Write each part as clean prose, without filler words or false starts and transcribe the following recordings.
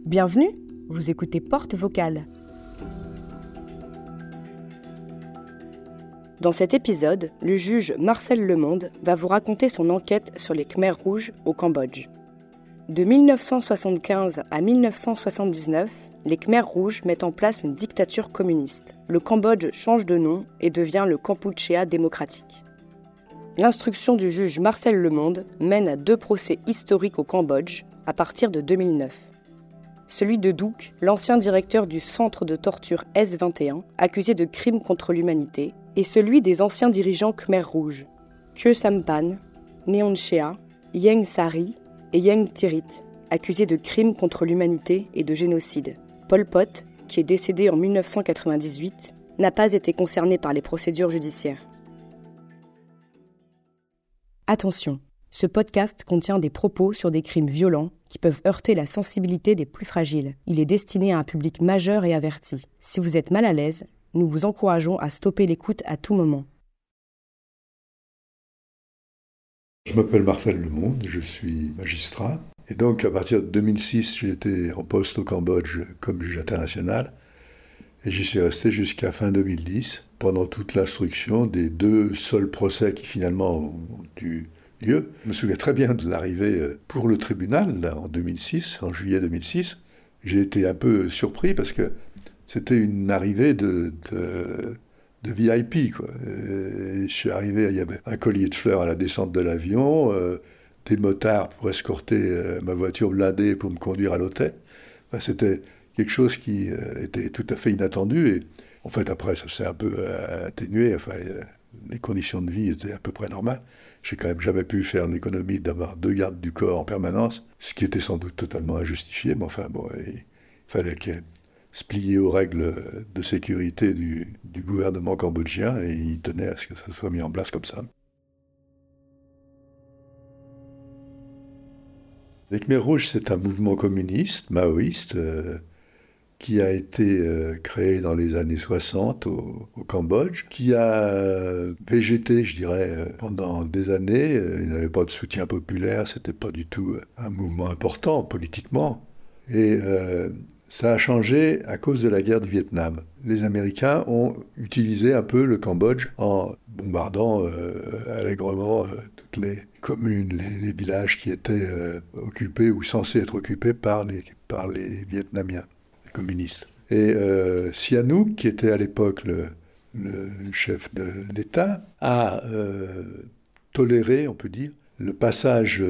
Bienvenue, vous écoutez Porte Vocale. Dans cet épisode, le juge Marcel Lemonde va vous raconter son enquête sur les Khmers rouges au Cambodge. De 1975 à 1979, les Khmers rouges mettent en place une dictature communiste. Le Cambodge change de nom et devient le Kampuchéa démocratique. L'instruction du juge Marcel Lemonde mène à 2 procès historiques au Cambodge à partir de 2009. Celui de Duc, l'ancien directeur du centre de torture S21, accusé de crimes contre l'humanité, et celui des anciens dirigeants Khmers rouges, Khieu Samphan, Neon Shea, Ieng Sary et Ieng Thirit, accusés de crimes contre l'humanité et de génocide. Pol Pot, qui est décédé en 1998, n'a pas été concerné par les procédures judiciaires. Attention, ce podcast contient des propos sur des crimes violents qui peuvent heurter la sensibilité des plus fragiles. Il est destiné à un public majeur et averti. Si vous êtes mal à l'aise, nous vous encourageons à stopper l'écoute à tout moment. Je m'appelle Marcel Lemonde, je suis magistrat. Et donc, à partir de 2006, j'ai été en poste au Cambodge comme juge international. Et j'y suis resté jusqu'à fin 2010, pendant toute l'instruction des 2 seuls procès qui finalement ont eu lieu. Je me souviens très bien de l'arrivée pour le tribunal, là, en juillet 2006. J'ai été un peu surpris parce que c'était une arrivée de VIP, quoi. Je suis arrivé, il y avait un collier de fleurs à la descente de l'avion, des motards pour escorter ma voiture blindée pour me conduire à l'hôtel. Enfin, c'était quelque chose qui était tout à fait inattendu. Et en fait, après, ça s'est un peu atténué. Enfin, les conditions de vie étaient à peu près normales. J'ai quand même jamais pu faire l'économie d'avoir 2 gardes du corps en permanence, ce qui était sans doute totalement injustifié. Mais enfin, bon, il fallait se plier aux règles de sécurité du gouvernement cambodgien et il tenait à ce que ça soit mis en place comme ça. Les Khmers rouges, c'est un mouvement communiste, maoïste, qui a été créé dans les années 60 au Cambodge, qui a végété, je dirais, pendant des années. Il n'avait pas de soutien populaire, c'était pas du tout un mouvement important politiquement. Et ça a changé à cause de la guerre du Vietnam. Les Américains ont utilisé un peu le Cambodge en bombardant allègrement toutes les communes, les villages qui étaient occupés ou censés être occupés par les Vietnamiens communistes. Et Sihanouk, qui était à l'époque le chef de l'État, a toléré, on peut dire, le passage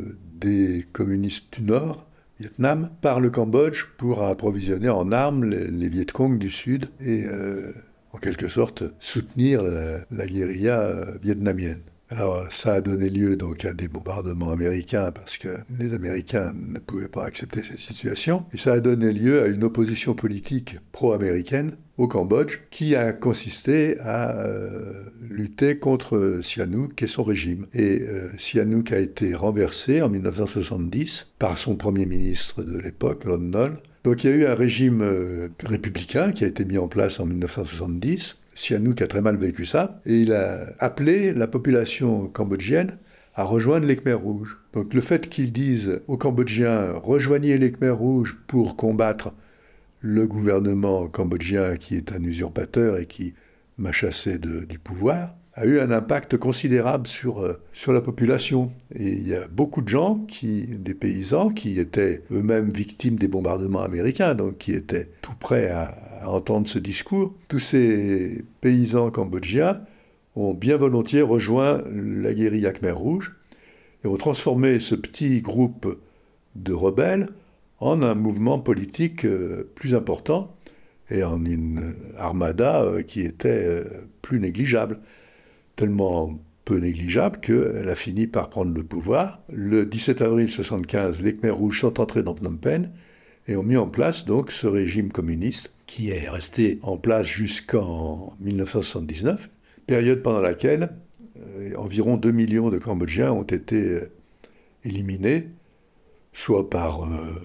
des communistes du Nord, Vietnam, par le Cambodge pour approvisionner en armes les Viet Cong du Sud et en quelque sorte soutenir la guérilla vietnamienne. Alors ça a donné lieu donc à des bombardements américains parce que les Américains ne pouvaient pas accepter cette situation. Et ça a donné lieu à une opposition politique pro-américaine au Cambodge qui a consisté à lutter contre Sihanouk et son régime. Et Sihanouk a été renversé en 1970 par son premier ministre de l'époque, Lon Nol. Donc il y a eu un régime républicain qui a été mis en place en 1970. Sihanouk a très mal vécu ça, et il a appelé la population cambodgienne à rejoindre les Khmers rouges. Donc le fait qu'ils disent aux Cambodgiens « rejoignez les Khmers rouges pour combattre le gouvernement cambodgien qui est un usurpateur et qui m'a chassé du pouvoir », a eu un impact considérable sur la population. Et il y a beaucoup de gens, des paysans, qui étaient eux-mêmes victimes des bombardements américains, donc qui étaient tout prêts à entendre ce discours. Tous ces paysans cambodgiens ont bien volontiers rejoint la guérilla Khmer rouge et ont transformé ce petit groupe de rebelles en un mouvement politique plus important et en une armada qui était plus négligeable. Tellement peu négligeable qu'elle a fini par prendre le pouvoir. Le 17 avril 1975, les Khmers rouges sont entrés dans Phnom Penh et ont mis en place donc ce régime communiste qui est resté en place jusqu'en 1979, période pendant laquelle environ 2 millions de Cambodgiens ont été éliminés, soit par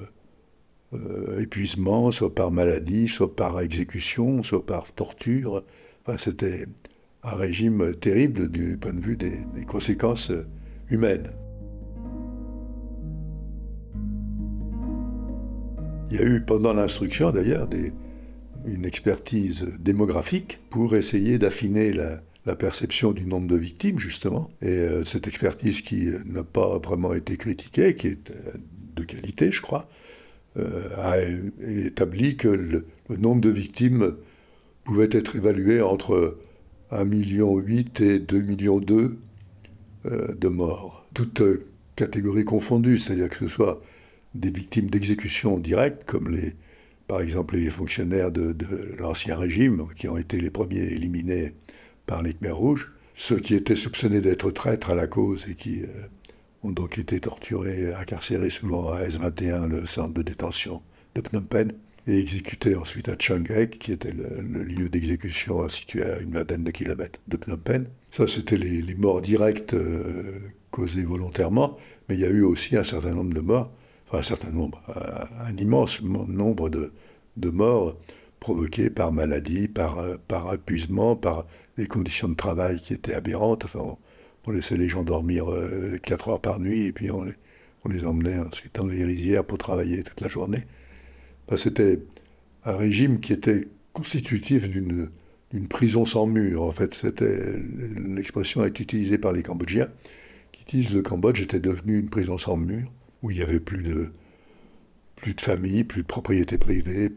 épuisement, soit par maladie, soit par exécution, soit par torture. Enfin, c'était un régime terrible du point de vue des conséquences humaines. Il Il y a eu pendant l'instruction d'ailleurs une expertise démographique pour essayer d'affiner la perception du nombre de victimes, justement. Et cette expertise qui n'a pas vraiment été critiquée, qui est de qualité, je crois, a établi que le nombre de victimes pouvait être évalué entre 1,8 million et 2,2 millions de morts. Toutes catégories confondues, c'est-à-dire que ce soit des victimes d'exécution directe, comme par exemple les fonctionnaires de l'Ancien Régime, qui ont été les premiers éliminés par les Khmers rouges, ceux qui étaient soupçonnés d'être traîtres à la cause et qui ont donc été torturés, incarcérés souvent à S21, le centre de détention de Phnom Penh, et exécutés ensuite à Chiang Rai, qui était le lieu d'exécution situé à une vingtaine de kilomètres de Phnom Penh. Ça, c'était les morts directes causées volontairement, mais il y a eu aussi un certain nombre de morts, enfin un certain nombre, un immense nombre de morts provoquées par maladie, par épuisement, par des conditions de travail qui étaient aberrantes. Enfin, on laissait les gens dormir 4 heures par nuit et puis on les emmenait ensuite dans les rizières pour travailler toute la journée. Enfin, c'était un régime qui était constitutif d'une prison sans mur. En fait, l'expression est utilisée par les Cambodgiens qui disent que le Cambodge était devenu une prison sans mur où il n'y avait plus de famille, plus de propriété privée,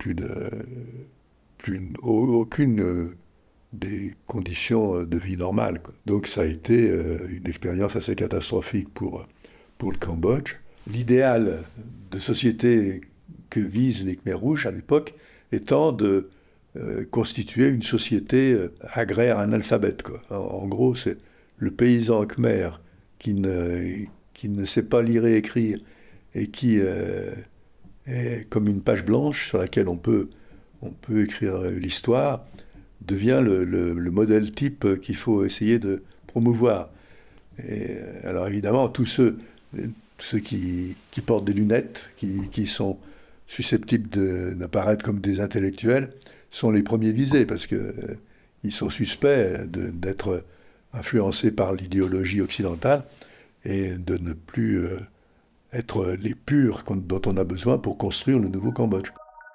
aucune des conditions de vie normales, quoi. Donc ça a été une expérience assez catastrophique pour le Cambodge. L'idéal de société que visent les Khmers rouges à l'époque étant de constituer une société agraire analphabète, quoi. En gros, c'est le paysan khmer qui ne sait pas lire et écrire et qui est comme une page blanche sur laquelle on peut écrire l'histoire, devient le modèle type qu'il faut essayer de promouvoir. Et alors évidemment, tous ceux qui portent des lunettes, qui sont susceptibles d'apparaître comme des intellectuels, sont les premiers visés, parce qu'ils sont suspects d'être influencés par l'idéologie occidentale et de ne plus être les purs dont on a besoin pour construire le nouveau Cambodge.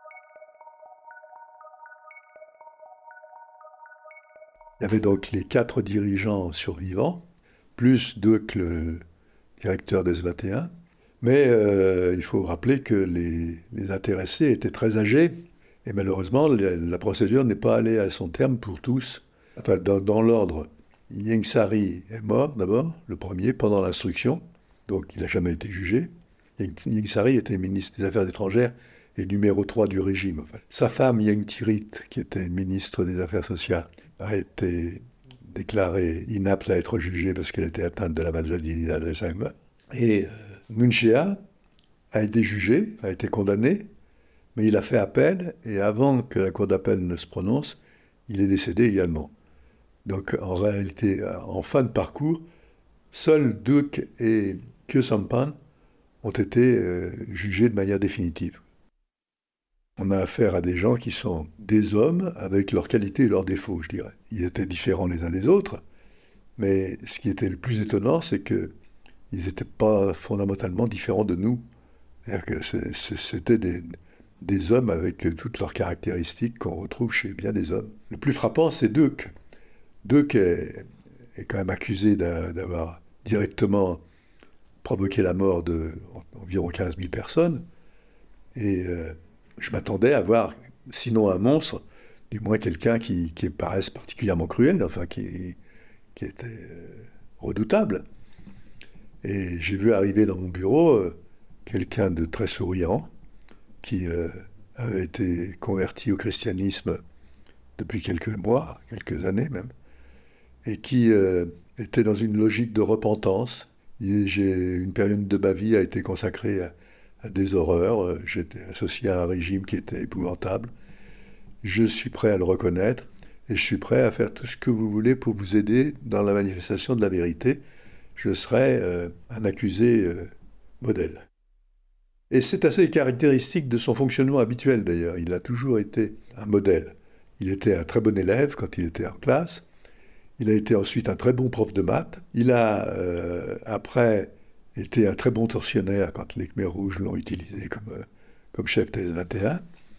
Il y avait donc les 4 dirigeants survivants, plus Duc, le directeur des S21. Mais il faut rappeler que les intéressés étaient très âgés, et malheureusement, la procédure n'est pas allée à son terme pour tous. Enfin, dans l'ordre, Ieng Sary est mort d'abord, le premier, pendant l'instruction, donc il n'a jamais été jugé. Ieng Sary était ministre des Affaires étrangères et numéro 3 du régime. Enfin, sa femme, Ieng Thirit, qui était ministre des Affaires sociales, a été déclarée inapte à être jugée parce qu'elle était atteinte de la maladie d'Alzheimer. Et Nunchea a été jugé, a été condamné, mais il a fait appel, et avant que la cour d'appel ne se prononce, il est décédé également. Donc en réalité, en fin de parcours, seuls Duc et Khieu Samphan ont été jugés de manière définitive. On a affaire à des gens qui sont des hommes avec leurs qualités et leurs défauts, je dirais. Ils étaient différents les uns des autres, mais ce qui était le plus étonnant, c'est qu'ils n'étaient pas fondamentalement différents de nous. C'est-à-dire que c'était des hommes avec toutes leurs caractéristiques qu'on retrouve chez bien des hommes. Le plus frappant, c'est Duc. Duc est quand même accusé d'avoir directement provoqué la mort d'environ 15 000 personnes, et je m'attendais à voir, sinon un monstre, du moins quelqu'un qui paraisse particulièrement cruel, enfin qui était redoutable. Et j'ai vu arriver dans mon bureau quelqu'un de très souriant, qui avait été converti au christianisme depuis quelques mois, quelques années même, et qui était dans une logique de repentance. Une période de ma vie a été consacrée à des horreurs. J'étais associé à un régime qui était épouvantable. Je suis prêt à le reconnaître et je suis prêt à faire tout ce que vous voulez pour vous aider dans la manifestation de la vérité. Je serai un accusé modèle. Et c'est assez caractéristique de son fonctionnement habituel d'ailleurs. Il a toujours été un modèle. Il était un très bon élève quand il était en classe. Il a été ensuite un très bon prof de maths. Il a après été un très bon tortionnaire quand les Khmers rouges l'ont utilisé comme chef des 21.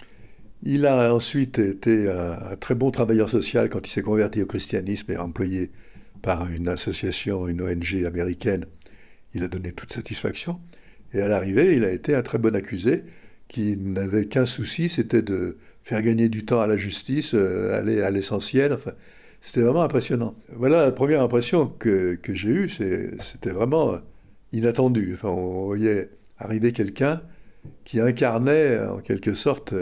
Il a ensuite été un très bon travailleur social quand il s'est converti au christianisme et employé par une association, une ONG américaine. Il a donné toute satisfaction. Et à l'arrivée, il a été un très bon accusé qui n'avait qu'un souci, c'était de faire gagner du temps à la justice, aller à l'essentiel. Enfin, c'était vraiment impressionnant. Voilà la première impression que j'ai eue, c'était vraiment inattendu. Enfin, on voyait arriver quelqu'un qui incarnait en quelque sorte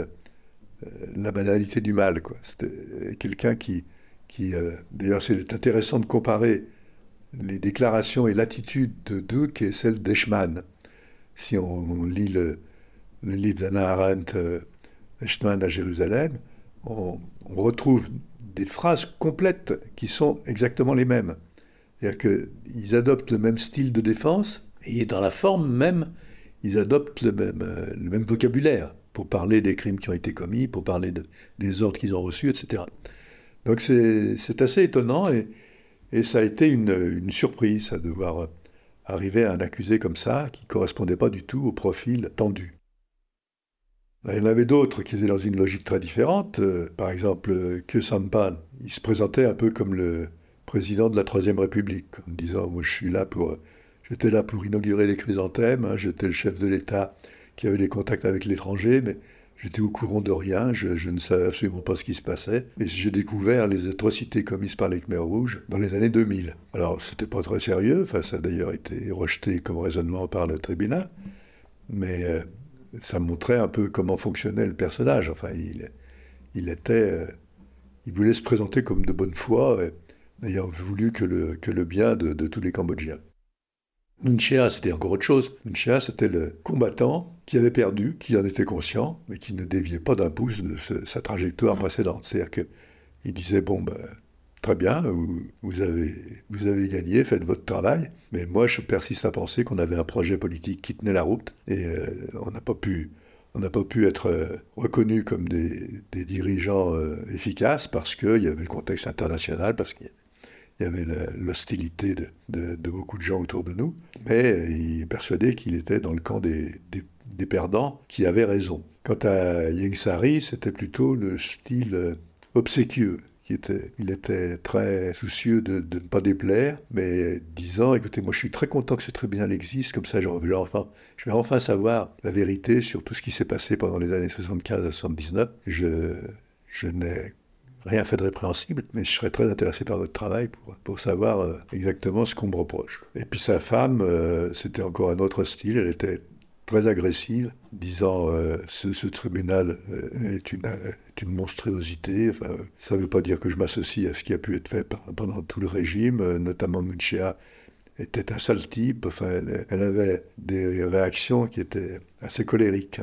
la banalité du mal, quoi. C'était quelqu'un qui d'ailleurs, c'est intéressant de comparer les déclarations et l'attitude de Duke et celle d'Eichmann. Si on lit le livre d'Hannah Arendt, Eichmann à Jérusalem, on retrouve des phrases complètes qui sont exactement les mêmes. C'est-à-dire qu'ils adoptent le même style de défense et dans la forme même, ils adoptent le même vocabulaire pour parler des crimes qui ont été commis, pour parler des ordres qu'ils ont reçus, etc. Donc c'est assez étonnant et ça a été une surprise de voir arriver à un accusé comme ça qui ne correspondait pas du tout au profil tendu. Il y en avait d'autres qui étaient dans une logique très différente. Par exemple, Khieu Samphan, il se présentait un peu comme le président de la Troisième République, en disant « moi j'étais là pour inaugurer les chrysanthèmes, hein, j'étais le chef de l'État qui avait des contacts avec l'étranger, mais j'étais au courant de rien, je ne savais absolument pas ce qui se passait. Et j'ai découvert les atrocités commises par les Khmers rouges dans les années 2000. Alors, c'était pas très sérieux, enfin, ça a d'ailleurs été rejeté comme raisonnement par le tribunal, mais ça montrait un peu comment fonctionnait le personnage. Enfin, il voulait se présenter comme de bonne foi, n'ayant voulu que le bien de tous les Cambodgiens. Nuon Chea, c'était encore autre chose. Nuon Chea, c'était le combattant qui avait perdu, qui en était conscient, mais qui ne déviait pas d'un pouce de sa trajectoire précédente. C'est-à-dire qu'il disait, bon, très bien, vous avez gagné, faites votre travail, mais moi, je persiste à penser qu'on avait un projet politique qui tenait la route, et on n'a pas pu être reconnus comme des dirigeants efficaces parce qu'il y avait le contexte international, parce qu'il y avait l'hostilité de beaucoup de gens autour de nous, mais il est persuadé qu'il était dans le camp des perdants qui avaient raison. Quant à Ieng Sary, c'était plutôt le style obséquieux. Il était très soucieux de ne pas déplaire, mais disant, écoutez, moi je suis très content que ce tribunal existe, comme ça je vais enfin savoir la vérité sur tout ce qui s'est passé pendant les années 75 à 79. Je n'ai rien fait de répréhensible, mais je serais très intéressé par votre travail pour savoir exactement ce qu'on me reproche. Et puis sa femme, c'était encore un autre style, elle était très agressive, disant ce tribunal est une monstruosité. Enfin, ça ne veut pas dire que je m'associe à ce qui a pu être fait pendant tout le régime, notamment Nuon Chea était un sale type. Enfin, elle avait des réactions qui étaient assez colériques.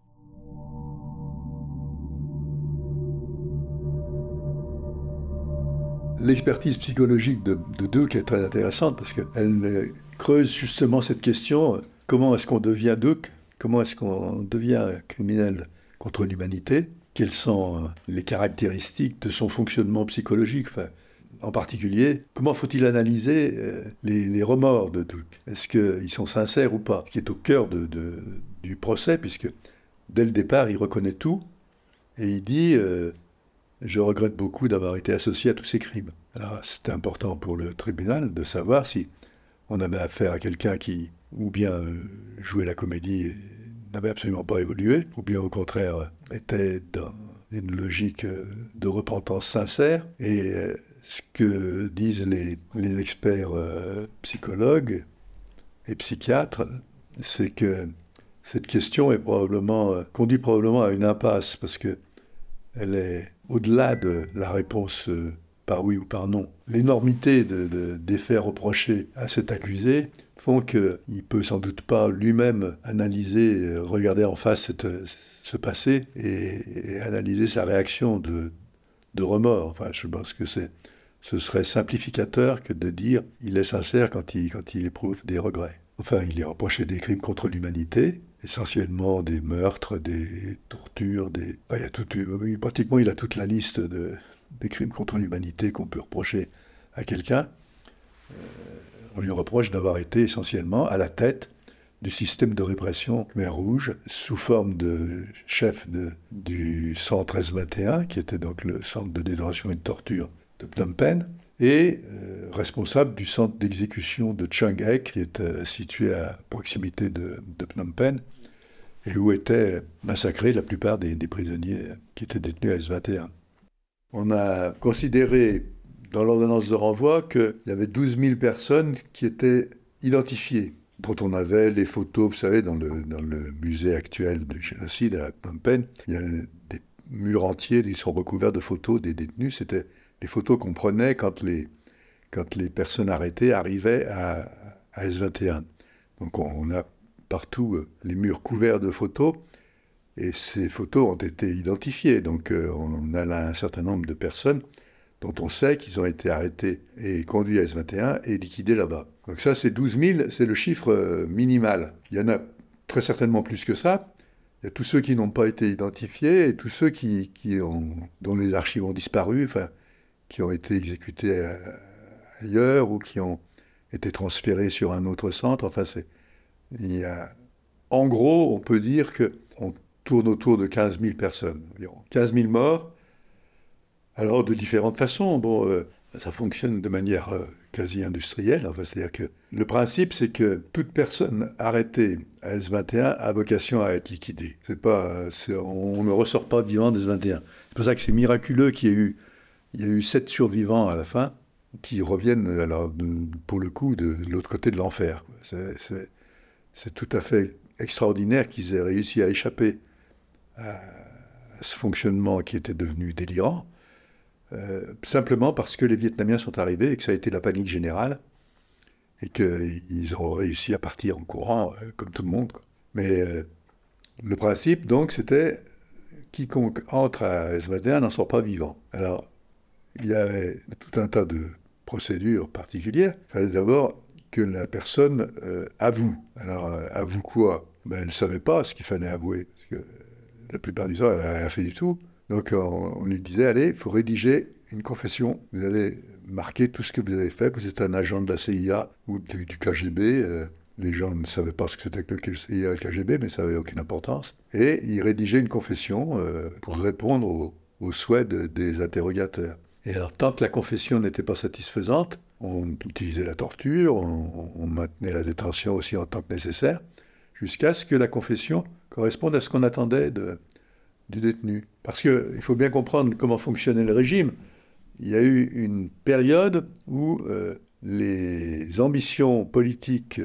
L'expertise psychologique de Duke est très intéressante parce qu'elle creuse justement cette question, comment est-ce qu'on devient Duke? Comment est-ce qu'on devient un criminel contre l'humanité? Quelles sont les caractéristiques de son fonctionnement psychologique? Enfin, en particulier, comment faut-il analyser les remords de Duke? Est-ce qu'ils sont sincères ou pas? Ce qui est au cœur du procès, puisque dès le départ, il reconnaît tout et il dit... je regrette beaucoup d'avoir été associé à tous ces crimes. Alors, c'était important pour le tribunal de savoir si on avait affaire à quelqu'un qui, ou bien jouait la comédie et n'avait absolument pas évolué, ou bien au contraire était dans une logique de repentance sincère. Et ce que disent les experts psychologues et psychiatres, c'est que cette question conduit probablement à une impasse, parce que elle est au-delà de la réponse par oui ou par non. L'énormité des faits reprochés à cet accusé font qu'il ne peut sans doute pas lui-même analyser, regarder en face ce passé et analyser sa réaction de remords. Enfin, je pense que ce serait simplificateur que de dire il est sincère quand il éprouve des regrets. Enfin, il est reproché des crimes contre l'humanité, essentiellement des meurtres, des tortures, pratiquement il a toute la liste des crimes contre l'humanité qu'on peut reprocher à quelqu'un. On lui reproche d'avoir été essentiellement à la tête du système de répression Khmer Rouge sous forme de chef du centre S21, qui était donc le centre de détention et de torture de Phnom Penh, et responsable du centre d'exécution de Chiang Ek, qui est situé à proximité de Phnom Penh, et où étaient massacrés la plupart des prisonniers qui étaient détenus à S21. On a considéré dans l'ordonnance de renvoi qu'il y avait 12 000 personnes qui étaient identifiées, dont on avait les photos, vous savez, dans le musée actuel du génocide à Phnom Penh, il y a des murs entiers qui sont recouverts de photos des détenus. C'était les photos qu'on prenait quand les personnes arrêtées arrivaient à S21. Donc on a partout les murs couverts de photos, et ces photos ont été identifiées. Donc on a là un certain nombre de personnes dont on sait qu'ils ont été arrêtés et conduits à S21 et liquidés là-bas. Donc ça, c'est 12 000, c'est le chiffre minimal. Il y en a très certainement plus que ça. Il y a tous ceux qui n'ont pas été identifiés et tous ceux dont les archives ont disparu, enfin, qui ont été exécutés ailleurs ou qui ont été transférés sur un autre centre. Enfin, en gros, on peut dire qu'on tourne autour de 15 000 personnes, environ. 15 000 morts. Alors, de différentes façons. Bon, ça fonctionne de manière quasi industrielle. Enfin, c'est-à-dire que le principe, c'est que toute personne arrêtée à S21 a vocation à être liquidée. On ne ressort pas vivant de S21. C'est pour ça que c'est miraculeux il y a eu 7 survivants à la fin qui reviennent, alors, pour le coup, de l'autre côté de l'enfer. C'est tout à fait extraordinaire qu'ils aient réussi à échapper à ce fonctionnement qui était devenu délirant. Simplement parce que les Vietnamiens sont arrivés et que ça a été la panique générale et qu'ils ont réussi à partir en courant comme tout le monde, quoi. Mais le principe, donc, c'était quiconque entre à S21 n'en sort pas vivant. Alors, il y avait tout un tas de procédures particulières. Il fallait d'abord que la personne avoue. Alors, avoue quoi? Elle ne savait pas ce qu'il fallait avouer, parce que la plupart du temps, elle n'a rien fait du tout. Donc on lui disait, allez, il faut rédiger une confession. Vous allez marquer tout ce que vous avez fait. Vous êtes un agent de la CIA ou du KGB. Les gens ne savaient pas ce que c'était que le CIA et le KGB, mais ça n'avait aucune importance. Et il rédigeait une confession pour répondre aux souhaits des interrogateurs. Et alors, tant que la confession n'était pas satisfaisante, on utilisait la torture, on maintenait la détention aussi en tant que nécessaire, jusqu'à ce que la confession corresponde à ce qu'on attendait du détenu. Parce qu'il faut bien comprendre comment fonctionnait le régime. Il y a eu une période où les ambitions politiques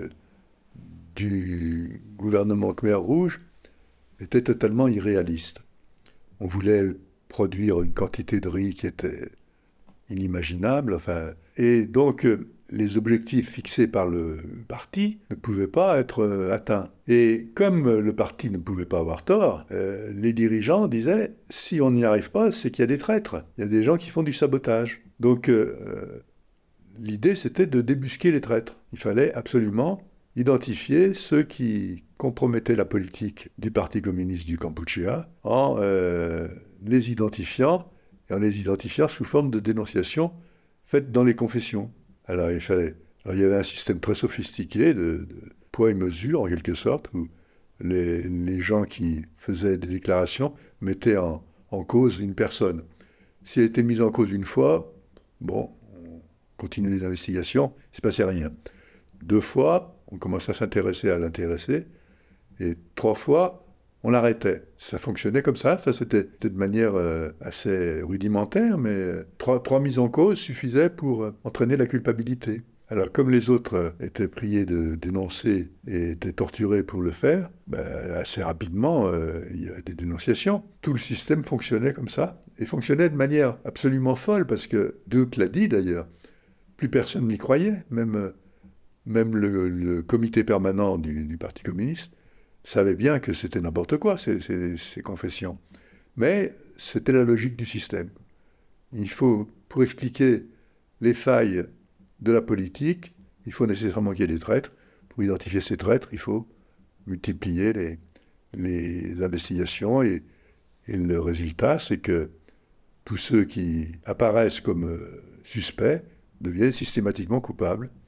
du gouvernement Khmer Rouge étaient totalement irréalistes. On voulait produire une quantité de riz qui était inimaginable, et donc les objectifs fixés par le parti ne pouvaient pas être atteints. Et comme le parti ne pouvait pas avoir tort, les dirigeants disaient, si on n'y arrive pas, c'est qu'il y a des traîtres, il y a des gens qui font du sabotage. Donc l'idée, c'était de débusquer les traîtres. Il fallait absolument identifier ceux qui compromettaient la politique du Parti communiste du Kampuchea en les identifiant, et en les identifiant sous forme de dénonciation faite dans les confessions. Alors il y avait un système très sophistiqué de poids et mesure, en quelque sorte, où les gens qui faisaient des déclarations mettaient en cause une personne. Si elle était mise en cause une fois, bon, on continuait les investigations, il ne se passait rien. 2 fois, on commençait à s'intéresser à l'intéressé, et 3 fois, on l'arrêtait. Ça fonctionnait comme ça, c'était de manière assez rudimentaire, mais 3 mises en cause suffisaient pour entraîner la culpabilité. Alors, comme les autres étaient priés de dénoncer et étaient torturés pour le faire, assez rapidement, il y avait des dénonciations. Tout le système fonctionnait comme ça, et fonctionnait de manière absolument folle, parce que, Duc l'a dit d'ailleurs, plus personne n'y croyait, même le comité permanent du Parti communiste savait bien que c'était n'importe quoi, ces confessions. Mais c'était la logique du système. Pour expliquer les failles de la politique, il faut nécessairement qu'il y ait des traîtres. Pour identifier ces traîtres, il faut multiplier les investigations, et le résultat, c'est que tous ceux qui apparaissent comme suspects deviennent systématiquement coupables.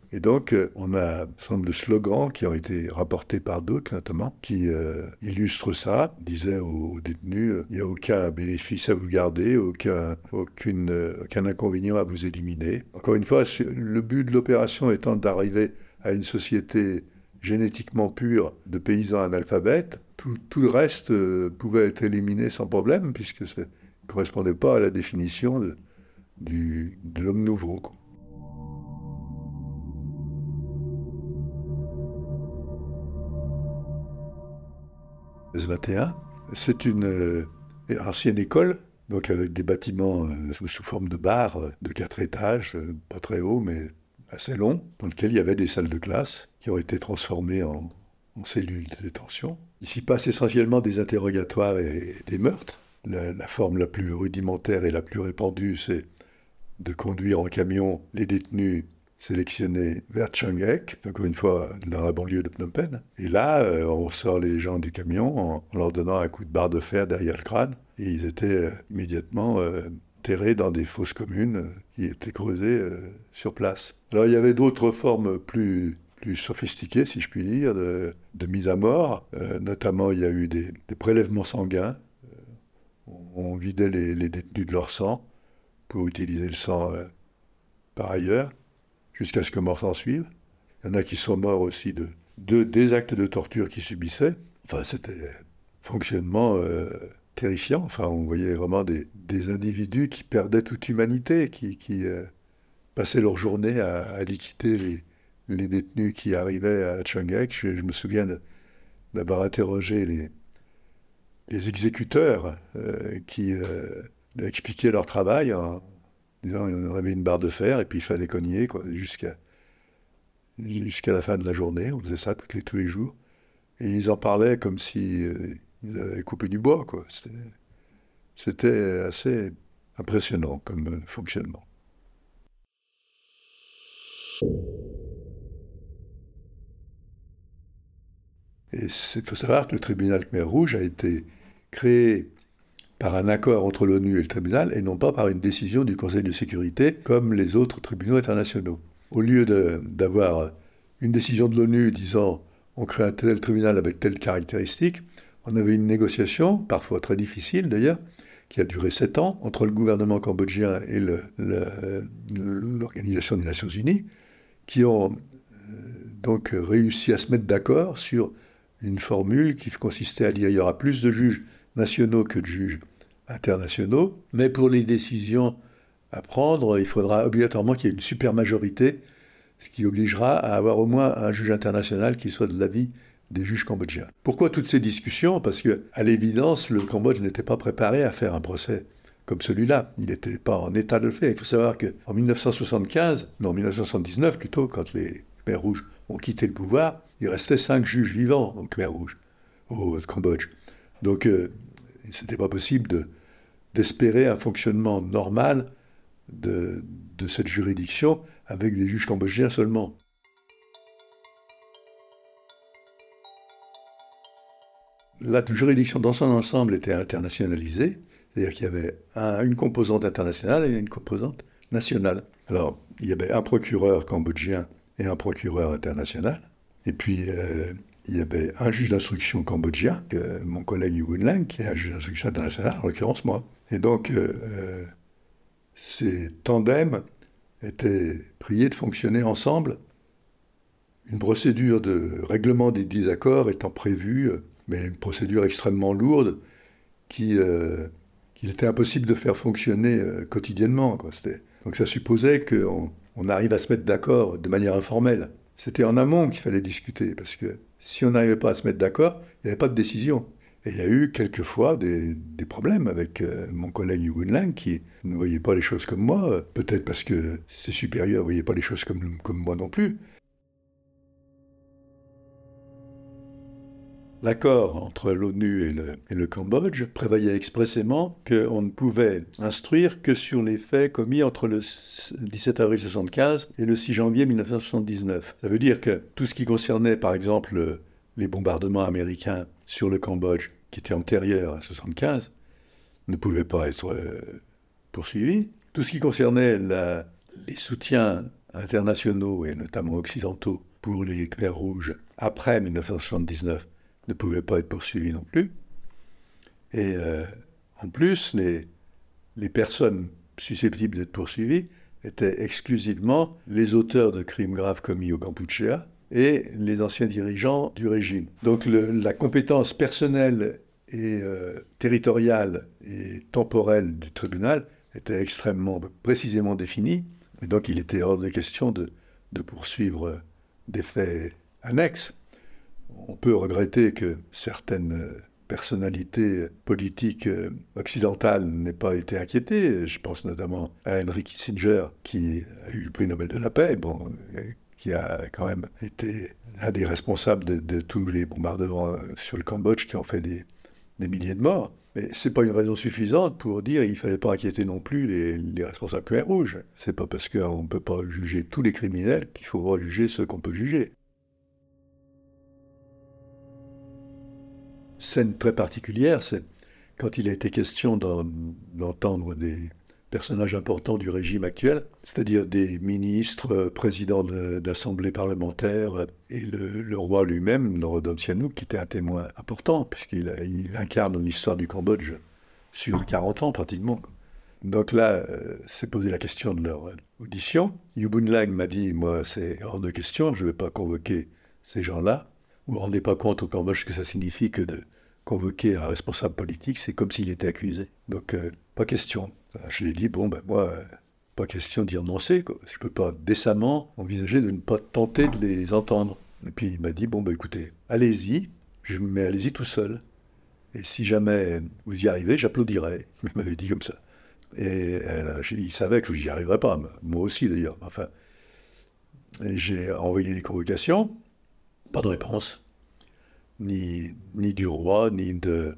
Et donc, on a un certain nombre de slogans qui ont été rapportés par d'autres, notamment, qui illustrent ça. On disait aux détenus, il n'y a aucun bénéfice à vous garder, aucun inconvénient à vous éliminer. Encore une fois, le but de l'opération étant d'arriver à une société génétiquement pure de paysans analphabètes, tout le reste pouvait être éliminé sans problème, puisque ça ne correspondait pas à la définition de l'homme nouveau, quoi. S21, c'est une ancienne école, donc avec des bâtiments sous forme de bars de 4 étages, pas très hauts, mais assez longs, dans lesquels il y avait des salles de classe qui ont été transformées en cellules de détention. Ici passent essentiellement des interrogatoires et des meurtres. La forme la plus rudimentaire et la plus répandue, c'est de conduire en camion les détenus sélectionnés vers Chang'ek, encore une fois dans la banlieue de Phnom Penh. Et là, on sort les gens du camion en leur donnant un coup de barre de fer derrière le crâne. Et ils étaient immédiatement enterrés dans des fosses communes qui étaient creusées sur place. Alors il y avait d'autres formes plus sophistiquées, si je puis dire, de mise à mort. Notamment, il y a eu des prélèvements sanguins. On vidait les détenus de leur sang pour utiliser le sang par ailleurs, jusqu'à ce que mort s'en suive. Il y en a qui sont morts aussi des actes de torture qu'ils subissaient. Enfin, c'était fonctionnement terrifiant. Enfin, on voyait vraiment des individus qui perdaient toute humanité, qui passaient leur journée à liquider les détenus qui arrivaient à Chang'ek. Je me souviens d'avoir interrogé les exécuteurs qui expliquaient leur travail en disant qu'on avait une barre de fer et puis il fallait cogner jusqu'à la fin de la journée. On faisait ça tous les jours. Et ils en parlaient comme si ils avaient coupé du bois, quoi. C'était assez impressionnant comme fonctionnement. Et il faut savoir que le tribunal Khmer Rouge a été créé par un accord entre l'ONU et le tribunal, et non pas par une décision du Conseil de sécurité, comme les autres tribunaux internationaux. Au lieu d'avoir une décision de l'ONU disant « on crée un tel tribunal avec telle caractéristique », on avait une négociation, parfois très difficile d'ailleurs, qui a duré 7 ans, entre le gouvernement cambodgien et l'Organisation des Nations Unies, qui ont donc réussi à se mettre d'accord sur une formule qui consistait à dire qu'il y aura plus de juges nationaux que de juges internationaux, mais pour les décisions à prendre, il faudra obligatoirement qu'il y ait une supermajorité, ce qui obligera à avoir au moins un juge international qui soit de l'avis des juges cambodgiens. Pourquoi toutes ces discussions ? Parce que, à l'évidence, le Cambodge n'était pas préparé à faire un procès comme celui-là. Il n'était pas en état de le faire. Il faut savoir qu'en 1979 plutôt, quand les Khmer Rouges ont quitté le pouvoir, il restait 5 juges vivants au Khmer Rouge, au Cambodge. Donc, c'était pas possible d'espérer un fonctionnement normal de cette juridiction avec des juges cambodgiens seulement. La juridiction dans son ensemble était internationalisée, c'est-à-dire qu'il y avait une composante internationale et une composante nationale. Alors, il y avait un procureur cambodgien et un procureur international, et puis il y avait un juge d'instruction cambodgien, mon collègue Yu Gun Lang, qui est un juge d'instruction international, en l'occurrence moi. Et donc, ces tandems étaient priés de fonctionner ensemble, une procédure de règlement des désaccords étant prévue, mais une procédure extrêmement lourde qu'il était impossible de faire fonctionner quotidiennement, quoi. Donc ça supposait qu'on arrive à se mettre d'accord de manière informelle. C'était en amont qu'il fallait discuter, parce que si on n'arrivait pas à se mettre d'accord, il n'y avait pas de décision. Et il y a eu quelquefois des problèmes avec mon collègue Yu Gun Lang, qui ne voyait pas les choses comme moi, peut-être parce que ses supérieurs ne voyaient pas les choses comme moi non plus. L'accord entre l'ONU et le Cambodge prévoyait expressément qu'on ne pouvait instruire que sur les faits commis entre le 17 avril 1975 et le 6 janvier 1979. Ça veut dire que tout ce qui concernait, par exemple, les bombardements américains sur le Cambodge, qui étaient antérieurs à 1975, ne pouvait pas être poursuivi. Tout ce qui concernait les soutiens internationaux, et notamment occidentaux, pour les Khmers rouges, après 1979, ne pouvaient pas être poursuivis non plus. Et en plus, les personnes susceptibles d'être poursuivies étaient exclusivement les auteurs de crimes graves commis au Kampuchea et les anciens dirigeants du régime. Donc la compétence personnelle et territoriale et temporelle du tribunal était extrêmement précisément définie, et donc il était hors de question de poursuivre des faits annexes. On peut regretter que certaines personnalités politiques occidentales n'aient pas été inquiétées. Je pense notamment à Henry Kissinger, qui a eu le prix Nobel de la paix, qui a quand même été un des responsables de tous les bombardements sur le Cambodge qui ont fait des milliers de morts. Mais ce n'est pas une raison suffisante pour dire qu'il ne fallait pas inquiéter non plus les responsables Khmer rouges. Ce n'est pas parce qu'on ne peut pas juger tous les criminels qu'il faut pas juger ceux qu'on peut juger. Scène très particulière, c'est quand il a été question d'entendre des personnages importants du régime actuel, c'est-à-dire des ministres, présidents d'assemblées parlementaires et le roi lui-même, Norodom Sihanouk, qui était un témoin important, puisqu'il incarne l'histoire du Cambodge sur 40 ans pratiquement. Donc là, s'est posé la question de leur audition. U Boon Leng m'a dit, moi, c'est hors de question, je ne vais pas convoquer ces gens-là. Vous ne vous rendez pas compte au Cambodge que ça signifie que de convoquer un responsable politique, c'est comme s'il était accusé. Donc, pas question. Je lui ai dit, moi, pas question d'y renoncer, quoi. Je ne peux pas décemment envisager de ne pas tenter de les entendre. Et puis il m'a dit, écoutez, allez-y, mais allez-y tout seul. Et si jamais vous y arrivez, j'applaudirai. Il m'avait dit comme ça. Et il savait que je n'y arriverais pas, moi aussi d'ailleurs. Enfin, j'ai envoyé des convocations. Pas de réponse, ni du roi, ni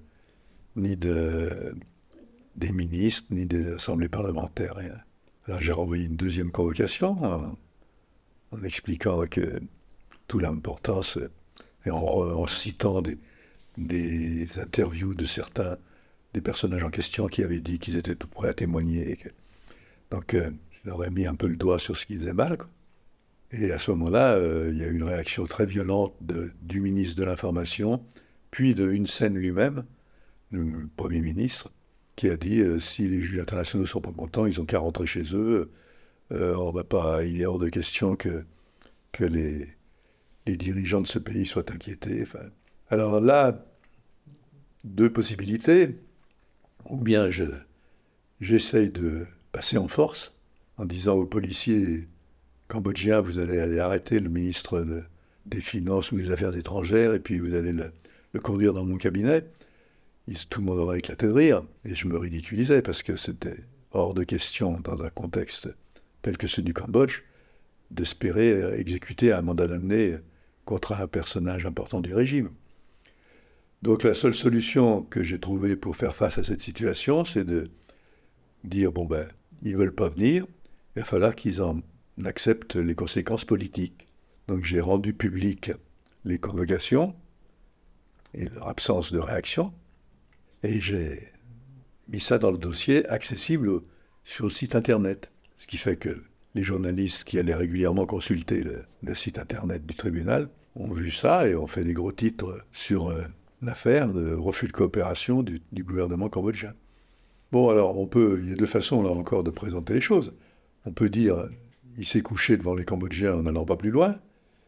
des ministres, ni des assemblées parlementaires, rien. Alors j'ai renvoyé une deuxième convocation en expliquant que toute l'importance, et en citant des interviews de certains des personnages en question qui avaient dit qu'ils étaient tout prêts à témoigner. Donc je leur ai mis un peu le doigt sur ce qui faisait mal, quoi. Et à ce moment-là, il y a eu une réaction très violente du ministre de l'Information, puis de Hun Sen lui-même, le Premier ministre, qui a dit si les juges internationaux ne sont pas contents, ils n'ont qu'à rentrer chez eux. Il est hors de question que les dirigeants de ce pays soient inquiétés. Enfin, alors là, deux possibilités. Ou bien j'essaye de passer en force en disant aux policiers cambodgien, vous allez aller arrêter le ministre des Finances ou des Affaires étrangères, et puis vous allez le conduire dans mon cabinet. Tout le monde aurait éclaté de rire, et je me ridiculisais, parce que c'était hors de question, dans un contexte tel que celui du Cambodge, d'espérer exécuter un mandat d'amener contre un personnage important du régime. Donc la seule solution que j'ai trouvée pour faire face à cette situation, c'est de dire, ils ne veulent pas venir, il va falloir qu'ils en accepte les conséquences politiques. Donc j'ai rendu public les convocations et leur absence de réaction, et j'ai mis ça dans le dossier accessible sur le site internet. Ce qui fait que les journalistes qui allaient régulièrement consulter le site internet du tribunal ont vu ça et ont fait des gros titres sur l'affaire de refus de coopération du gouvernement cambodgien. Alors il y a deux façons là encore de présenter les choses. On peut dire il s'est couché devant les Cambodgiens en n'allant pas plus loin.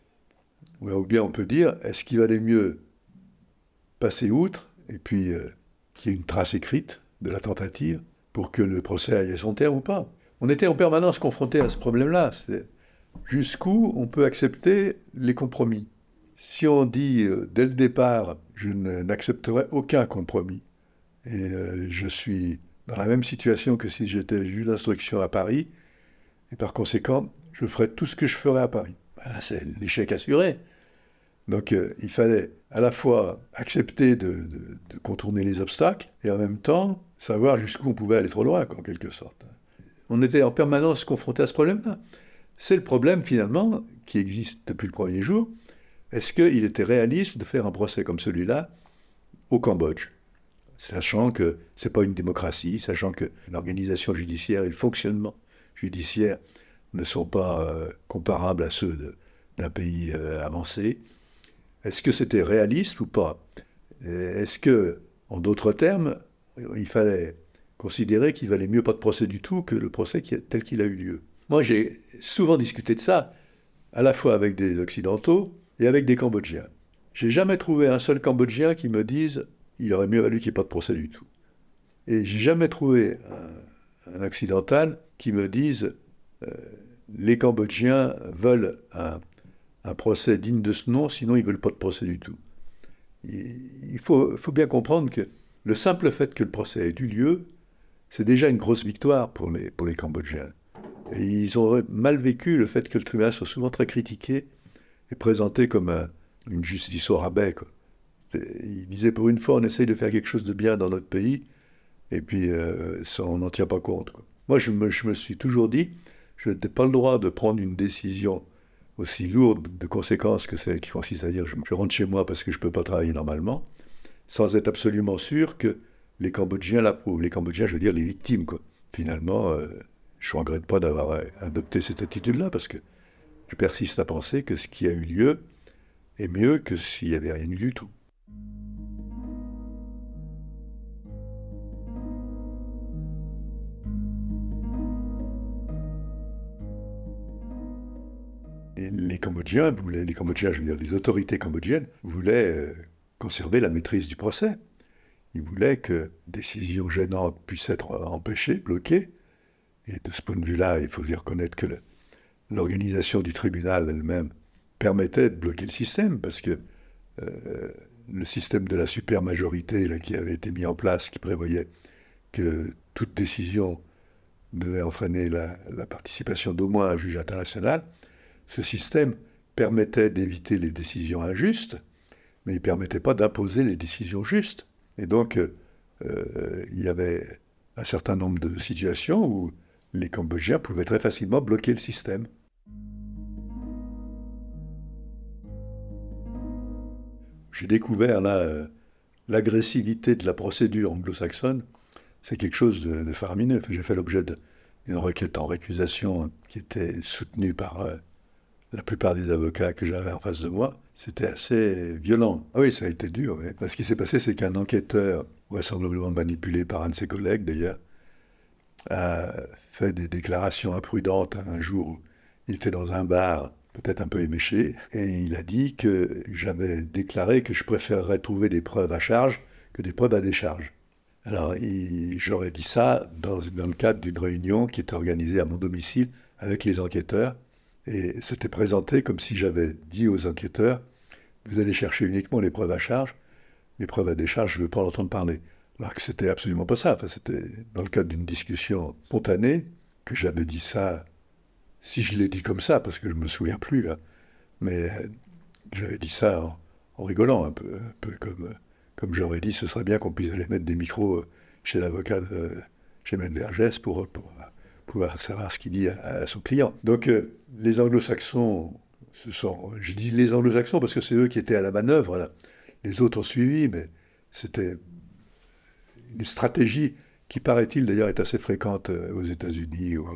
Ou bien on peut dire, est-ce qu'il valait mieux passer outre et puis qu'il y ait une trace écrite de la tentative pour que le procès aille à son terme ou pas. On était en permanence confrontés à ce problème-là. C'est jusqu'où on peut accepter les compromis. Si on dit dès le départ, je n'accepterai aucun compromis, et je suis dans la même situation que si j'étais juge d'instruction à Paris, et par conséquent, je ferai tout ce que je ferai à Paris. Là, c'est l'échec assuré. Donc, il fallait à la fois accepter de contourner les obstacles et en même temps savoir jusqu'où on pouvait aller trop loin, en quelque sorte. On était en permanence confronté à ce problème-là. C'est le problème, finalement, qui existe depuis le premier jour. Est-ce qu'il était réaliste de faire un procès comme celui-là au Cambodge, sachant que ce n'est pas une démocratie, sachant que l'organisation judiciaire et le fonctionnement judiciaire ne sont pas comparables à ceux d'un pays avancé. Est-ce que c'était réaliste ou pas? Est-ce que, en d'autres termes, il fallait considérer qu'il valait mieux pas de procès du tout que le procès tel qu'il a eu lieu? Moi, j'ai souvent discuté de ça, à la fois avec des Occidentaux et avec des Cambodgiens. J'ai jamais trouvé un seul Cambodgien qui me dise il aurait mieux valu qu'il n'y ait pas de procès du tout. Et j'ai jamais trouvé un Occidental qui me dise les Cambodgiens veulent un procès digne de ce nom, sinon ils ne veulent pas de procès du tout. Il faut bien comprendre que le simple fait que le procès ait eu lieu, c'est déjà une grosse victoire pour les Cambodgiens. Et ils ont mal vécu le fait que le tribunal soit souvent très critiqué et présenté comme une justice au rabais, quoi. Ils disaient, pour une fois, on essaye de faire quelque chose de bien dans notre pays, et puis ça, on n'en tient pas compte, quoi. Moi, je me suis toujours dit, je n'ai pas le droit de prendre une décision aussi lourde de conséquences que celle qui consiste à dire je rentre chez moi parce que je ne peux pas travailler normalement, sans être absolument sûr que les Cambodgiens l'approuvent. Les Cambodgiens, je veux dire les victimes, quoi. Finalement, je ne regrette pas d'avoir adopté cette attitude-là, parce que je persiste à penser que ce qui a eu lieu est mieux que s'il n'y avait rien eu du tout. Et les Cambodgiens, je veux dire les autorités cambodgiennes, voulaient conserver la maîtrise du procès. Ils voulaient que décisions gênantes puissent être empêchées, bloquées. Et de ce point de vue-là, il faut reconnaître que l'organisation du tribunal elle-même permettait de bloquer le système, parce que le système de la supermajorité là, qui avait été mis en place, qui prévoyait que toute décision devait entraîner la participation d'au moins un juge international, ce système permettait d'éviter les décisions injustes, mais il ne permettait pas d'imposer les décisions justes. Et donc, il y avait un certain nombre de situations où les Cambodgiens pouvaient très facilement bloquer le système. J'ai découvert là l'agressivité de la procédure anglo-saxonne. C'est quelque chose de faramineux. J'ai fait l'objet d'une requête en récusation qui était soutenue par la plupart des avocats que j'avais en face de moi. C'était assez violent. Ah oui, ça a été dur. Oui. Ce qui s'est passé, c'est qu'un enquêteur, vraisemblablement manipulé par un de ses collègues d'ailleurs, a fait des déclarations imprudentes un jour où il était dans un bar, peut-être un peu éméché, et il a dit que j'avais déclaré que je préférerais trouver des preuves à charge que des preuves à décharge. Alors, j'aurais dit ça dans le cadre d'une réunion qui était organisée à mon domicile avec les enquêteurs, et c'était présenté comme si j'avais dit aux enquêteurs « Vous allez chercher uniquement les preuves à charge, les preuves à décharge, je ne veux pas en entendre parler ». Alors que c'était absolument pas ça. Enfin, c'était dans le cadre d'une discussion spontanée que j'avais dit ça, si je l'ai dit comme ça, parce que je ne me souviens plus, là. Mais j'avais dit ça en rigolant un peu comme j'aurais dit, ce serait bien qu'on puisse aller mettre des micros chez l'avocat, chez Maître Vergès, pour pouvoir savoir ce qu'il dit à son client. Donc les anglo-saxons, je dis les anglo-saxons parce que c'est eux qui étaient à la manœuvre, là. Les autres ont suivi, mais c'était une stratégie qui, paraît-il, d'ailleurs, est assez fréquente aux États-Unis ou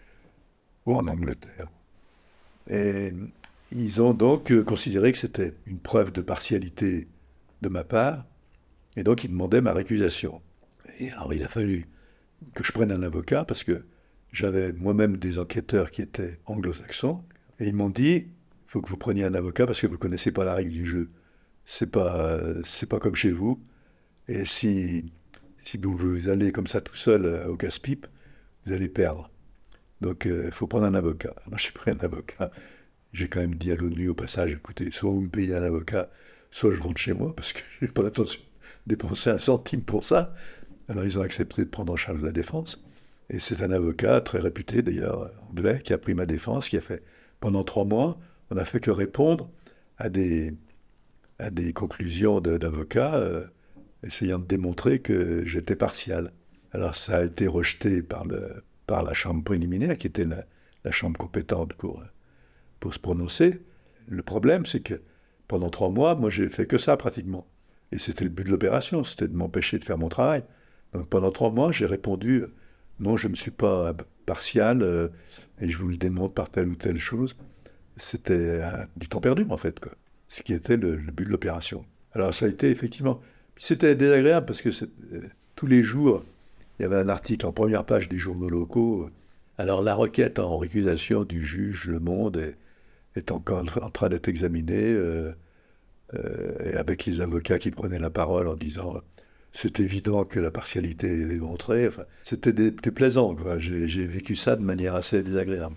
en Angleterre. Et ils ont donc considéré que c'était une preuve de partialité de ma part, et donc ils demandaient ma récusation. Et alors il a fallu que je prenne un avocat, parce que j'avais moi-même des enquêteurs qui étaient anglo-saxons, et ils m'ont dit, il faut que vous preniez un avocat parce que vous ne connaissez pas la règle du jeu. C'est pas comme chez vous, et si vous allez comme ça tout seul au casse-pipe, vous allez perdre. Donc il faut prendre un avocat. Alors j'ai pris un avocat. J'ai quand même dit à l'ONU au passage, écoutez, soit vous me payez un avocat, soit je rentre chez moi, parce que je n'ai pas l'intention de dépenser un centime pour ça. Alors ils ont accepté de prendre en charge la défense. Et c'est un avocat très réputé d'ailleurs, anglais, qui a pris ma défense, qui a fait, pendant 3 mois, on n'a fait que répondre à des conclusions d'avocats, essayant de démontrer que j'étais partial. Alors ça a été rejeté par la chambre préliminaire, qui était la chambre compétente pour se prononcer. Le problème, c'est que pendant 3 mois, moi j'ai fait que ça pratiquement. Et c'était le but de l'opération, c'était de m'empêcher de faire mon travail. Donc pendant 3 mois, j'ai répondu Non, je ne suis pas partial, et je vous le démontre par telle ou telle chose. C'était du temps perdu, en fait, quoi. Ce qui était le but de l'opération. Alors, ça a été effectivement... Puis c'était désagréable parce que tous les jours, il y avait un article en première page des journaux locaux. Alors, la requête en récusation du juge Le Monde est encore en train d'être examinée, et avec les avocats qui prenaient la parole en disant c'est évident que la partialité est démontrée. Enfin, c'était plaisant, quoi. J'ai vécu ça de manière assez désagréable.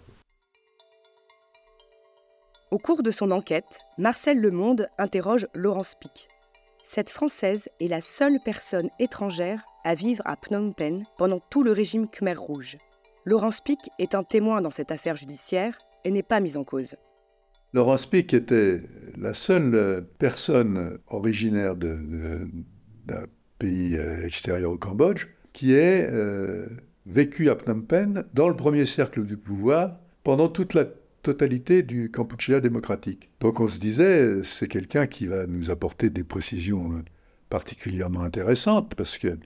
Au cours de son enquête, Marcel Le Monde interroge Laurence Pic. Cette Française est la seule personne étrangère à vivre à Phnom Penh pendant tout le régime Khmer Rouge. Laurence Pic est un témoin dans cette affaire judiciaire et n'est pas mise en cause. Laurence Pic était la seule personne originaire d'un pays extérieur au Cambodge qui ait vécu à Phnom Penh dans le premier cercle du pouvoir pendant toute la totalité du Kampuchea démocratique. Donc on se disait, c'est quelqu'un qui va nous apporter des précisions particulièrement intéressantes parce qu'elle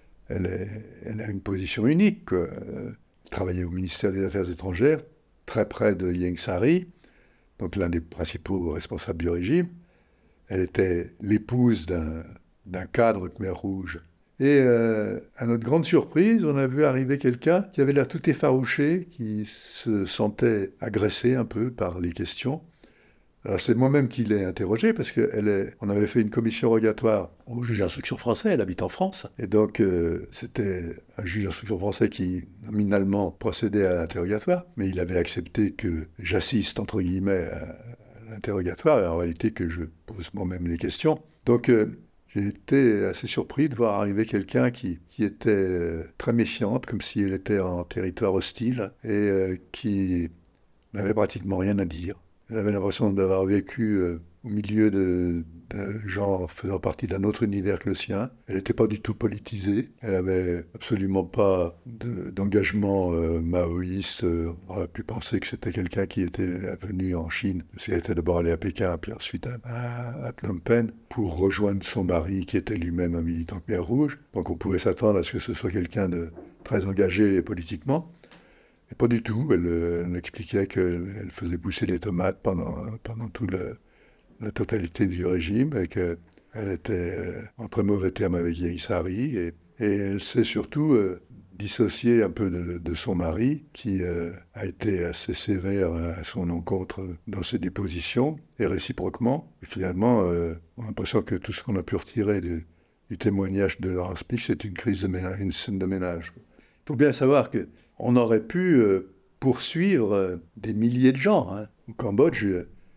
a une position unique, quoi. Elle travaillait au ministère des Affaires étrangères, très près de Ieng Sary, donc l'un des principaux responsables du régime. Elle était l'épouse d'un cadre Khmer Rouge. Et à notre grande surprise, on a vu arriver quelqu'un qui avait l'air tout effarouché, qui se sentait agressé un peu par les questions. Alors c'est moi-même qui l'ai interrogée, parce qu'on avait fait une commission rogatoire au juge d'instruction français, elle habite en France. Et donc c'était un juge d'instruction français qui nominalement procédait à l'interrogatoire, mais il avait accepté que j'assiste, entre guillemets, à l'interrogatoire, et en réalité que je pose moi-même les questions. Donc j'ai été assez surpris de voir arriver quelqu'un qui était très méfiante, comme si elle était en territoire hostile, et qui n'avait pratiquement rien à dire. Elle avait l'impression d'avoir vécu au milieu de gens faisant partie d'un autre univers que le sien. Elle n'était pas du tout politisée. Elle n'avait absolument pas d'engagement maoïste. On aurait pu penser que c'était quelqu'un qui était venu en Chine, parce qu'elle était d'abord allée à Pékin, puis ensuite à Phnom Penh, pour rejoindre son mari, qui était lui-même un militant Khmer Rouge. Donc on pouvait s'attendre à ce que ce soit quelqu'un de très engagé politiquement. Et pas du tout. Elle expliquait qu'elle faisait pousser des tomates pendant toute la totalité du régime et qu'elle était en très mauvais termes avec Ieng Sary. Et elle s'est surtout dissociée un peu de son mari, qui a été assez sévère à son encontre dans ses dépositions, et réciproquement. Et finalement, on a l'impression que tout ce qu'on a pu retirer du témoignage de Laurence Pic, c'est une crise de ménage, une scène de ménage. Il faut bien savoir qu'on aurait pu poursuivre des milliers de gens. Hein. Au Cambodge,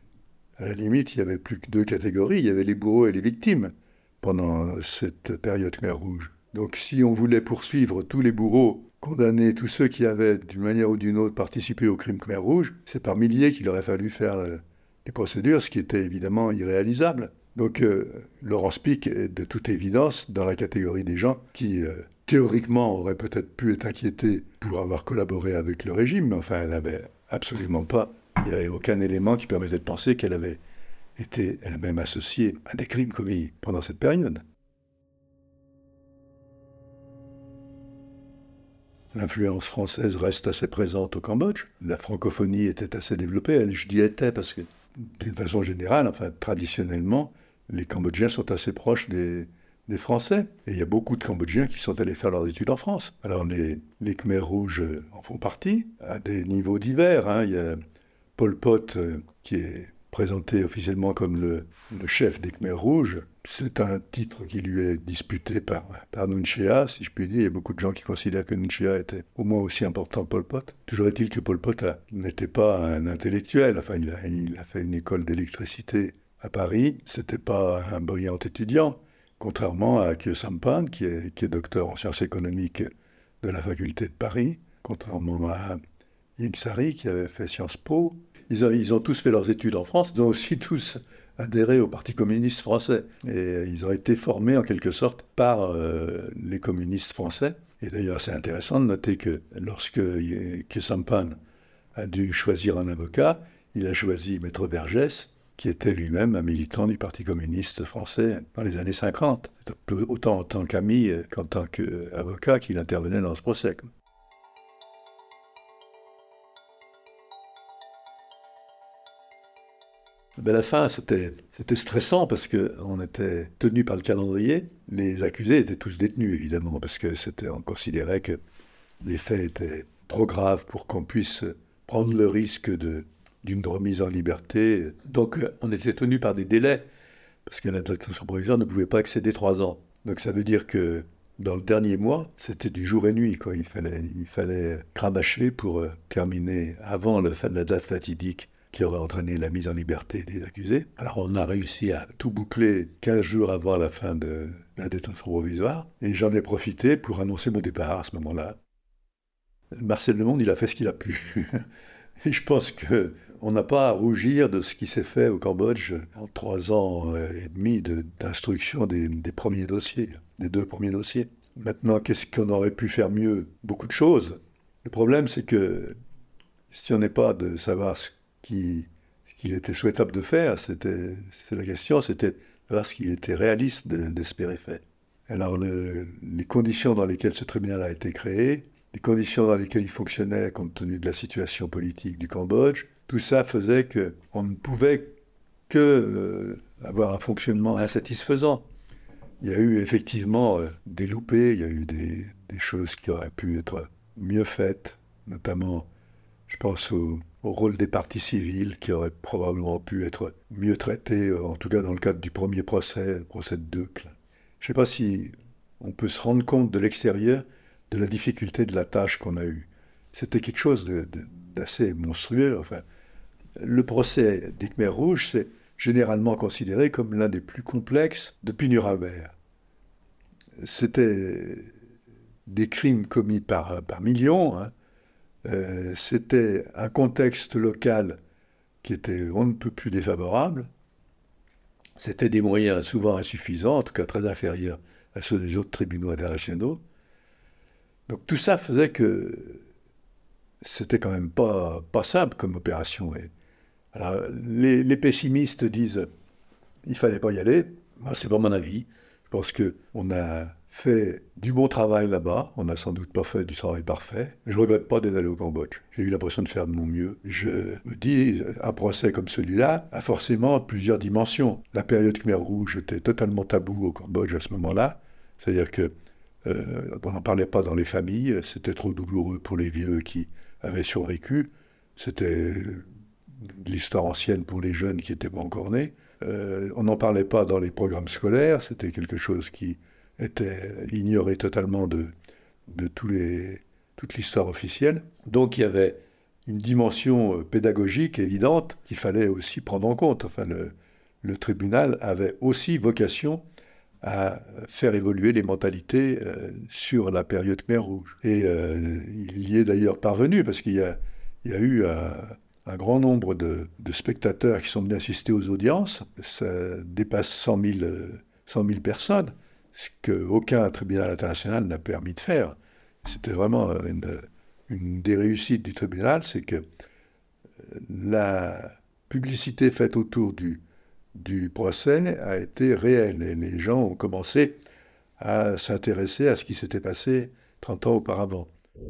à la limite, il n'y avait plus que deux catégories. Il y avait les bourreaux et les victimes pendant cette période Khmer Rouge. Donc si on voulait poursuivre tous les bourreaux, condamner tous ceux qui avaient, d'une manière ou d'une autre, participé au crime Khmer Rouge, c'est par milliers qu'il aurait fallu faire les procédures, ce qui était évidemment irréalisable. Donc Laurence Pic est de toute évidence dans la catégorie des gens qui... théoriquement, aurait peut-être pu être inquiétée pour avoir collaboré avec le régime, mais enfin, elle n'avait absolument pas, il n'y avait aucun élément qui permettait de penser qu'elle avait été elle-même associée à des crimes commis pendant cette période. L'influence française reste assez présente au Cambodge. La francophonie était assez développée. Je dis était parce que, d'une façon générale, enfin, traditionnellement, les Cambodgiens sont assez proches des Français. Et il y a beaucoup de Cambodgiens qui sont allés faire leurs études en France. Alors les Khmers rouges en font partie, à des niveaux divers. Hein. Il y a Pol Pot qui est présenté officiellement comme le chef des Khmers rouges. C'est un titre qui lui est disputé par Nunchea, si je puis dire. Il y a beaucoup de gens qui considèrent que Nunchea était au moins aussi important que Pol Pot. Toujours est-il que Pol Pot n'était pas un intellectuel. Enfin, il a fait une école d'électricité à Paris. C'était pas un brillant étudiant. Contrairement à Khieu Samphan, qui est docteur en sciences économiques de la faculté de Paris, contrairement à Ieng Sary, qui avait fait Sciences Po. Ils ont tous fait leurs études en France, ils ont aussi tous adhéré au Parti communiste français. Et ils ont été formés en quelque sorte par les communistes français. Et d'ailleurs, c'est intéressant de noter que lorsque Khieu Samphan a dû choisir un avocat, il a choisi Maître Vergès, qui était lui-même un militant du Parti communiste français dans les années 50. Autant en tant qu'ami qu'en tant qu'avocat qu'il intervenait dans ce procès. Ben, la fin, c'était stressant parce qu'on était tenu par le calendrier. Les accusés étaient tous détenus, évidemment, parce que on considérait que les faits étaient trop graves pour qu'on puisse prendre le risque d'une remise en liberté. Donc, on était tenu par des délais, parce que la détention provisoire ne pouvait pas excéder 3 ans. Donc, ça veut dire que dans le dernier mois, c'était du jour et nuit, quoi. Il fallait cravacher pour terminer avant la date fatidique qui aurait entraîné la mise en liberté des accusés. Alors on a réussi à tout boucler 15 jours avant la fin de la détention provisoire, et j'en ai profité pour annoncer mon départ à ce moment-là. Marcel Lemonde, il a fait ce qu'il a pu. Et je pense qu'on n'a pas à rougir de ce qui s'est fait au Cambodge en 3 ans et demi d'instruction des premiers dossiers, des 2 premiers dossiers. Maintenant, qu'est-ce qu'on aurait pu faire mieux? Beaucoup de choses. Le problème, c'est que si on n'est pas de savoir ce qu'il était souhaitable de faire, la question, c'était de voir ce qu'il était réaliste d'espérer faire. Alors, les conditions dans lesquelles ce tribunal a été créé, les conditions dans lesquelles il fonctionnait compte tenu de la situation politique du Cambodge, tout ça faisait qu'on ne pouvait que avoir un fonctionnement insatisfaisant. Il y a eu effectivement des loupés, il y a eu des choses qui auraient pu être mieux faites, notamment, je pense au rôle des parties civiles qui aurait probablement pu être mieux traité, en tout cas dans le cadre du premier procès, le procès de Duc. Je ne sais pas si on peut se rendre compte de l'extérieur de la difficulté de la tâche qu'on a eue. C'était quelque chose d'assez monstrueux. Enfin, le procès des Khmers rouges, c'est généralement considéré comme l'un des plus complexes depuis Nuremberg. C'était des crimes commis par millions, hein. C'était un contexte local qui était on ne peut plus défavorable. C'était des moyens souvent insuffisants, en tout cas très inférieurs à ceux des autres tribunaux internationaux. Donc tout ça faisait que c'était quand même pas simple comme opération. Et alors, les pessimistes disent il fallait pas y aller. Moi, c'est pas mon avis. Je pense qu'on a fait du bon travail là-bas. On n'a sans doute pas fait du travail parfait. Mais je ne regrette pas d'être allé au Cambodge. J'ai eu l'impression de faire de mon mieux. Je me dis, un procès comme celui-là a forcément plusieurs dimensions. La période Khmer Rouge était totalement taboue au Cambodge à ce moment-là. C'est-à-dire que on n'en parlait pas dans les familles. C'était trop douloureux pour les vieux qui avaient survécu. C'était de l'histoire ancienne pour les jeunes qui n'étaient pas encore nés. On n'en parlait pas dans les programmes scolaires, c'était quelque chose qui était ignoré totalement de toute l'histoire officielle. Donc il y avait une dimension pédagogique évidente qu'il fallait aussi prendre en compte. Enfin, le tribunal avait aussi vocation à faire évoluer les mentalités sur la période Khmer Rouge. Et il y est d'ailleurs parvenu, parce qu'il y a eu un grand nombre de spectateurs qui sont venus assister aux audiences. Ça dépasse 100 000 personnes, ce qu'aucun tribunal international n'a permis de faire. C'était vraiment une des réussites du tribunal, c'est que la publicité faite autour du procès a été réelle, et les gens ont commencé à s'intéresser à ce qui s'était passé 30 ans auparavant.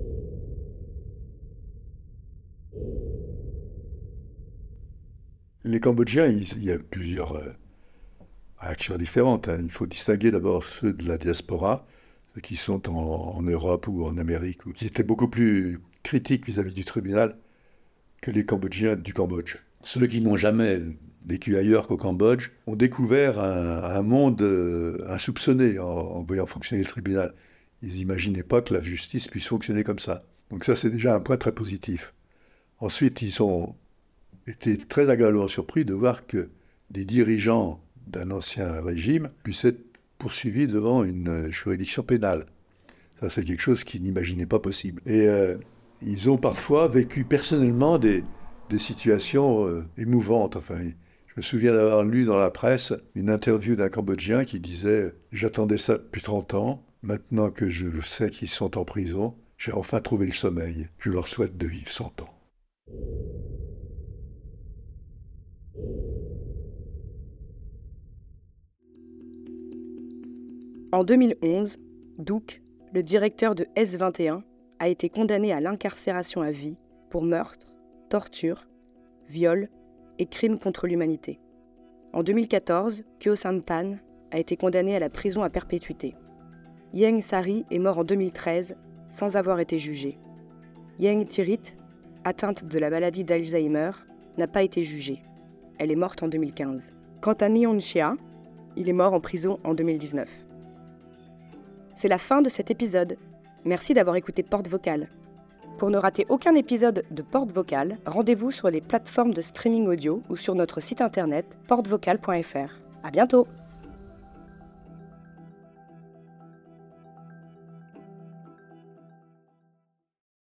Les Cambodgiens, il y a plusieurs réactions différentes, hein. Il faut distinguer d'abord ceux de la diaspora, ceux qui sont en Europe ou en Amérique, ou qui étaient beaucoup plus critiques vis-à-vis du tribunal que les Cambodgiens du Cambodge. Ceux qui n'ont jamais vécu ailleurs qu'au Cambodge ont découvert un monde insoupçonné en voyant fonctionner le tribunal. Ils n'imaginaient pas que la justice puisse fonctionner comme ça. Donc ça, c'est déjà un point très positif. Ensuite, ils ont été très agréablement surpris de voir que des dirigeants d'un ancien régime puissent être poursuivis devant une juridiction pénale. Ça, c'est quelque chose qu'ils n'imaginaient pas possible. Et ils ont parfois vécu personnellement des situations émouvantes. Enfin, je me souviens d'avoir lu dans la presse une interview d'un Cambodgien qui disait « J'attendais ça depuis 30 ans. Maintenant que je sais qu'ils sont en prison, j'ai enfin trouvé le sommeil. Je leur souhaite de vivre 100 ans. » En 2011, Duc, le directeur de S21, a été condamné à l'incarcération à vie pour meurtre, torture, viol, et crimes contre l'humanité. En 2014, Kyo Sampan a été condamné à la prison à perpétuité. Ieng Sari est mort en 2013 sans avoir été jugé. Ieng Thirith, atteinte de la maladie d'Alzheimer, n'a pas été jugée. Elle est morte en 2015. Quant à Nyon Chia, il est mort en prison en 2019. C'est la fin de cet épisode. Merci d'avoir écouté Porte Vocale. Pour ne rater aucun épisode de Porte Vocale, rendez-vous sur les plateformes de streaming audio ou sur notre site internet portevocale.fr. À bientôt!